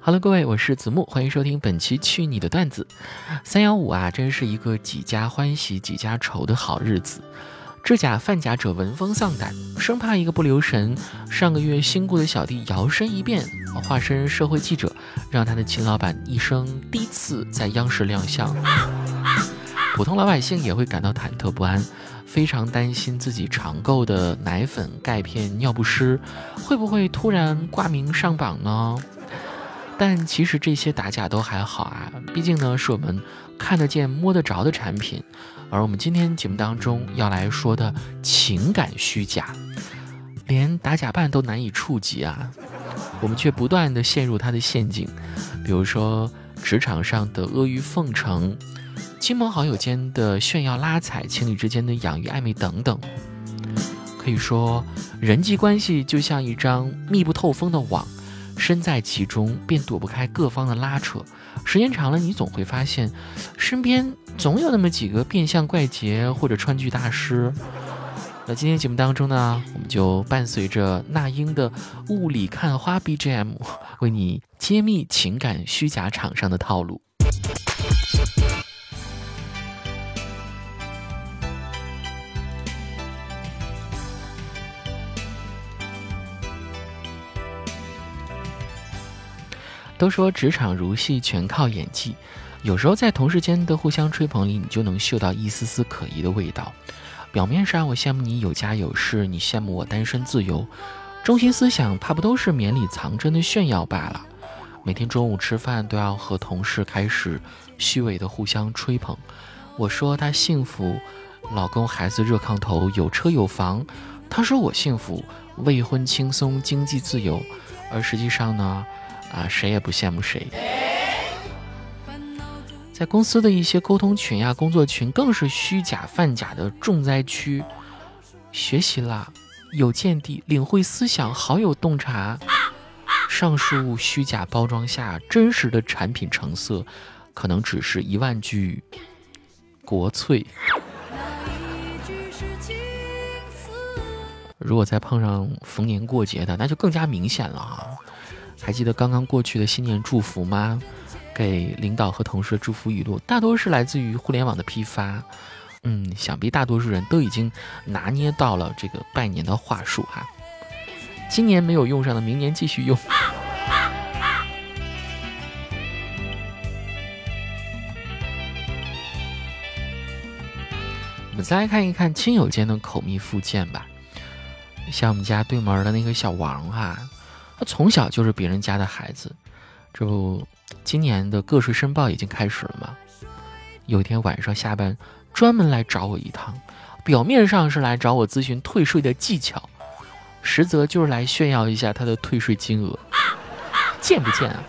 Hello， 各位，我是子木，欢迎收听本期去你的段子。315啊，真是一个几家欢喜几家愁的好日子。制假贩假者闻风丧胆，生怕一个不留神，上个月新雇的小弟摇身一变，化身社会记者，让他的秦老板一生第一次在央视亮相。普通老百姓也会感到忐忑不安，非常担心自己常购的奶粉、钙片、尿不湿会不会突然挂名上榜呢？但其实这些打假都还好啊，毕竟呢是我们看得见摸得着的产品。而我们今天节目当中要来说的情感虚假，连打假办都难以触及啊，我们却不断地陷入它的陷阱。比如说职场上的阿谀奉承，亲朋好友间的炫耀拉踩，情侣之间的养育暧昧等等。可以说人际关系就像一张密不透风的网，身在其中便躲不开各方的拉扯，时间长了你总会发现身边总有那么几个变相怪杰或者川剧大师。那今天节目当中呢，我们就伴随着那英的雾里看花 BGM 为你揭秘情感虚假场上的套路。都说职场如戏全靠演技，有时候在同事间的互相吹捧里，你就能嗅到一丝丝可疑的味道。表面上我羡慕你有家有室，你羡慕我单身自由，中心思想怕不都是绵里藏针的炫耀罢了。每天中午吃饭都要和同事开始虚伪的互相吹捧，我说他幸福，老公孩子热炕头，有车有房，他说我幸福，未婚轻松，经济自由。而实际上呢谁也不羡慕谁。在公司的一些沟通群呀、工作群更是虚假贩假的重灾区。学习啦，有见地，领会思想，好有洞察。上述虚假包装下真实的产品成色，可能只是1万句国粹。如果再碰上逢年过节的，那就更加明显了啊！还记得刚刚过去的新年祝福吗？给领导和同事的祝福语录大多是来自于互联网的批发。想必大多数人都已经拿捏到了这个拜年的话术哈。今年没有用上的，明年继续用。我们再来看一看亲友间的口蜜腹剑吧。像我们家对门的那个小王他从小就是别人家的孩子，这不今年的个税申报已经开始了吗？有一天晚上下班专门来找我一趟，表面上是来找我咨询退税的技巧，实则就是来炫耀一下他的退税金额。贱不贱啊？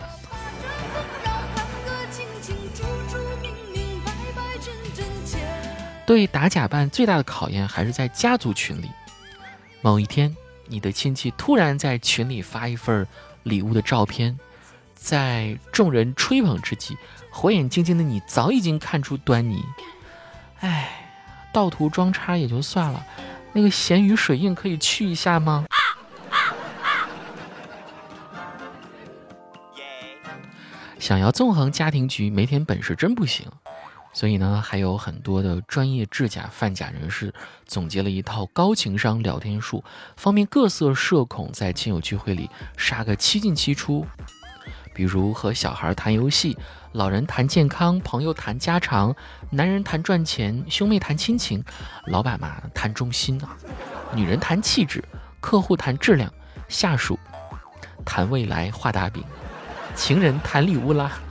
对打假办最大的考验还是在家族群里。某一天你的亲戚突然在群里发一份礼物的照片，在众人吹捧之际，火眼金睛的你早已经看出端倪。盗图装叉也就算了，那个咸鱼水印可以去一下吗？想要纵横家庭局，没点本事真不行。所以呢，还有很多的专业制假贩假人士总结了一套高情商聊天术，方便各色社恐在亲友聚会里杀个7进7出。比如和小孩谈游戏，老人谈健康，朋友谈家常，男人谈赚钱，兄妹谈亲情，老板嘛谈忠心女人谈气质，客户谈质量，下属谈未来画大饼，情人谈礼物啦。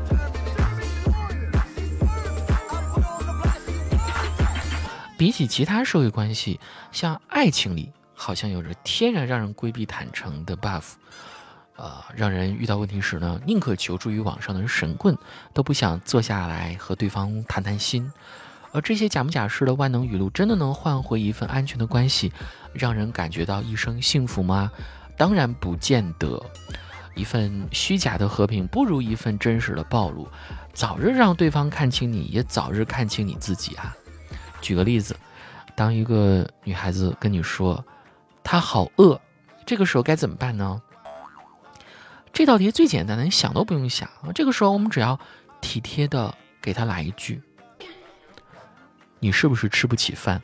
比起其他社会关系，像爱情里好像有着天然让人规避坦诚的 buff，让人遇到问题时呢，宁可求助于网上的神棍，都不想坐下来和对方谈谈心。而这些假模假式的万能语录，真的能换回一份安全的关系，让人感觉到一生幸福吗？当然不见得。一份虚假的和平，不如一份真实的暴露。早日让对方看清你，也早日看清你自己啊！举个例子，当一个女孩子跟你说她好饿，这个时候该怎么办呢？ 这道题最简单的，你想都不用想啊。这个时候我们只要体贴的给他来一句：你是不是吃不起饭？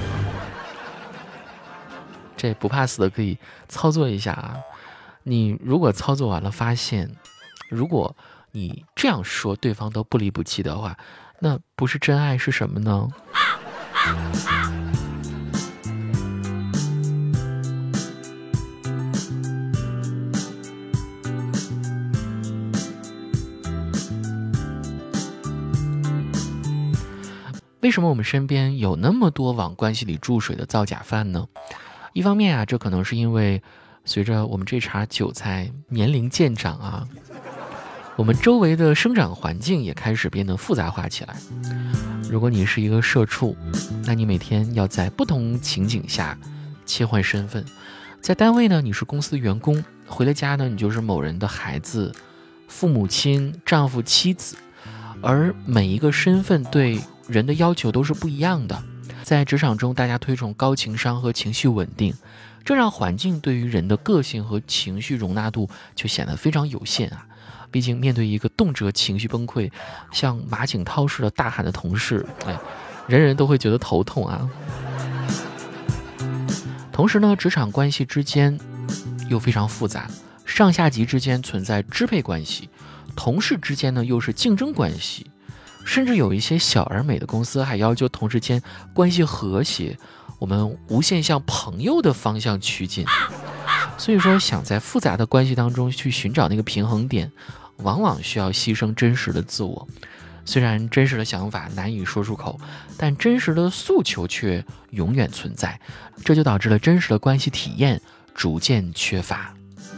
这不怕死的可以操作一下啊。你如果操作完了发现，如果你这样说对方都不离不弃的话，那不是真爱是什么呢？为什么我们身边有那么多往关系里注水的造假犯呢？一方面啊，这可能是因为随着我们这茬韭菜年龄渐长啊，我们周围的生长环境也开始变得复杂化起来。如果你是一个社畜，那你每天要在不同情景下切换身份。在单位呢，你是公司的员工；回了家呢，你就是某人的孩子、父母亲、丈夫、妻子。而每一个身份对人的要求都是不一样的。在职场中，大家推崇高情商和情绪稳定，这让环境对于人的个性和情绪容纳度就显得非常有限啊。毕竟面对一个动辄情绪崩溃、像马景涛似的大喊的同事，人人都会觉得头痛啊。同时呢，职场关系之间又非常复杂，上下级之间存在支配关系，同事之间呢又是竞争关系，甚至有一些小而美的公司还要求同事间关系和谐，我们无限向朋友的方向趋近。所以说，想在复杂的关系当中去寻找那个平衡点，往往需要牺牲真实的自我。虽然真实的想法难以说出口，但真实的诉求却永远存在，这就导致了真实的关系体验逐渐缺乏。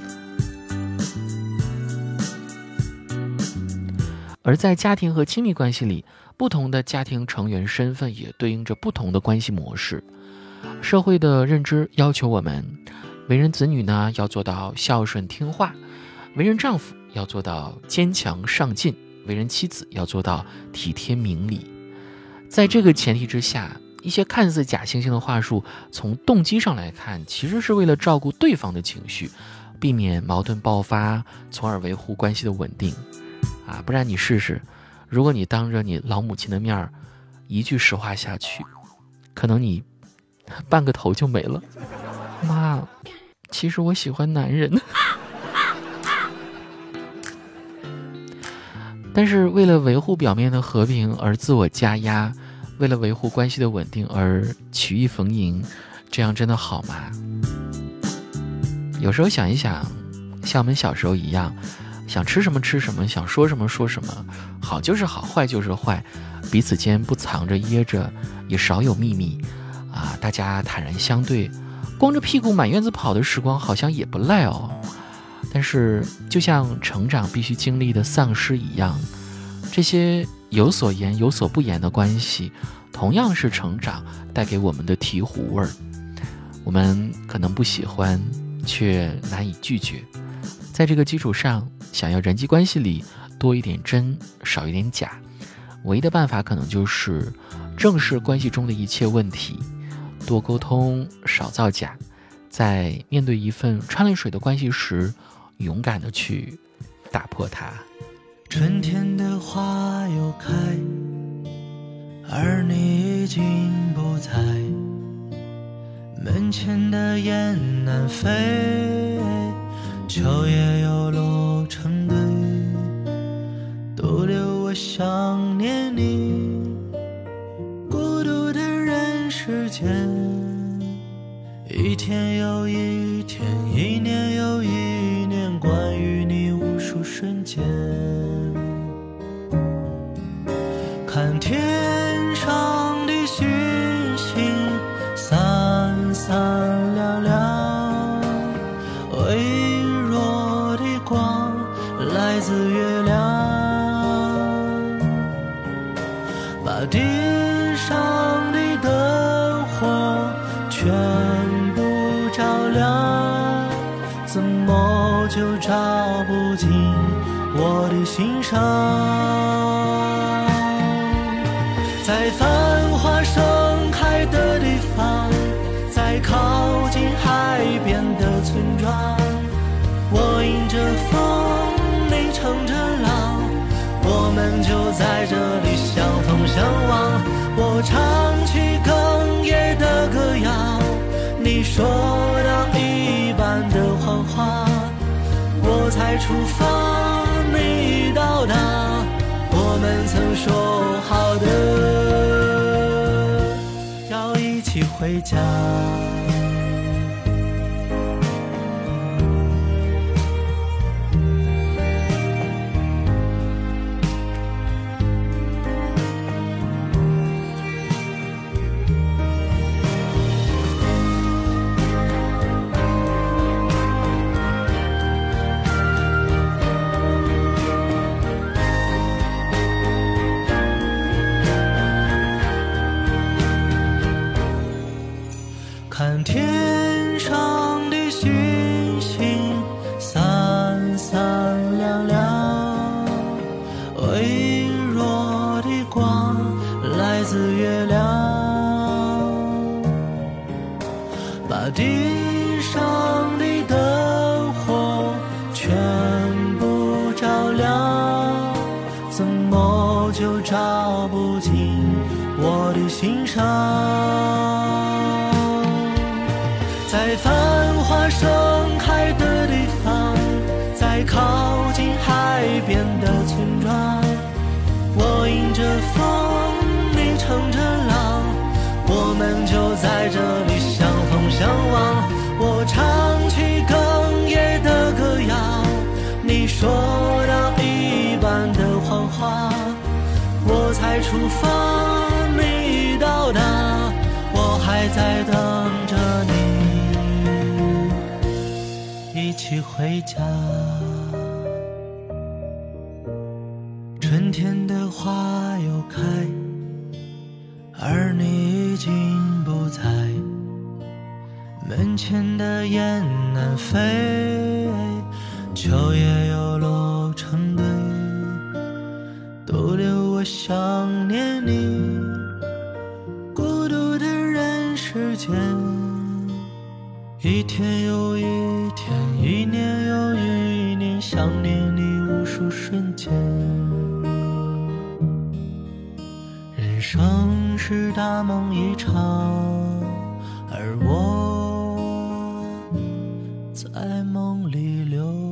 而在家庭和亲密关系里，不同的家庭成员身份也对应着不同的关系模式。社会的认知要求我们，为人子女呢要做到孝顺听话，为人丈夫要做到坚强上进，为人妻子要做到体贴明理。在这个前提之下，一些看似假惺惺的话术，从动机上来看，其实是为了照顾对方的情绪，避免矛盾爆发，从而维护关系的稳定。不然你试试，如果你当着你老母亲的面一句实话下去，可能你半个头就没了。妈，其实我喜欢男人。但是为了维护表面的和平而自我加压，为了维护关系的稳定而曲意逢迎，这样真的好吗？有时候想一想，像我们小时候一样，想吃什么吃什么，想说什么说什么，好就是好，坏就是坏，彼此间不藏着掖着，也少有秘密大家坦然相对，光着屁股满院子跑的时光好像也不赖哦。但是就像成长必须经历的丧失一样，这些有所言有所不言的关系，同样是成长带给我们的醍醐味儿。我们可能不喜欢，却难以拒绝。在这个基础上，想要人际关系里多一点真，少一点假，唯一的办法可能就是正视关系中的一切问题，多沟通，少造假，在面对一份掺了水的关系时，勇敢地去打破它。 春天的花又开，而你已经不在，门前的雁南飞，秋叶又落成堆，独留我想念你。孤独的人世间，一天又一天，一年又一年，关于你无数瞬间。看天上的星星闪闪亮亮，微弱的光来自月亮，把地上的灯火全部照亮，怎么就照不进我的心上。在繁花盛开的地方，在靠近海边的村庄， 我迎着风，你乘着浪，我们就在这里相逢相望。我唱起哽咽的歌谣，你说到一半的谎话。我才出发，你到达，我们曾说好的要一起回家。看天上的星星闪闪亮亮，微弱的光来自月亮，把地上的灯火全部照亮，怎么就照不进我的心上。在繁花盛开的地方，在靠近海边的村庄，我迎着风，你乘着浪，我们就在这里相逢相望。我唱起哽咽的歌谣，你说到一半的谎话。我才出发，你到达，我还在等着你一起回家。春天的花又开，而你已经不在，门前的雁南飞，秋叶又落成堆，都留我想念你。孤独的人世间，一天又一天，一年又一年，想念你无数瞬间。人生是大梦一场，而我在梦里流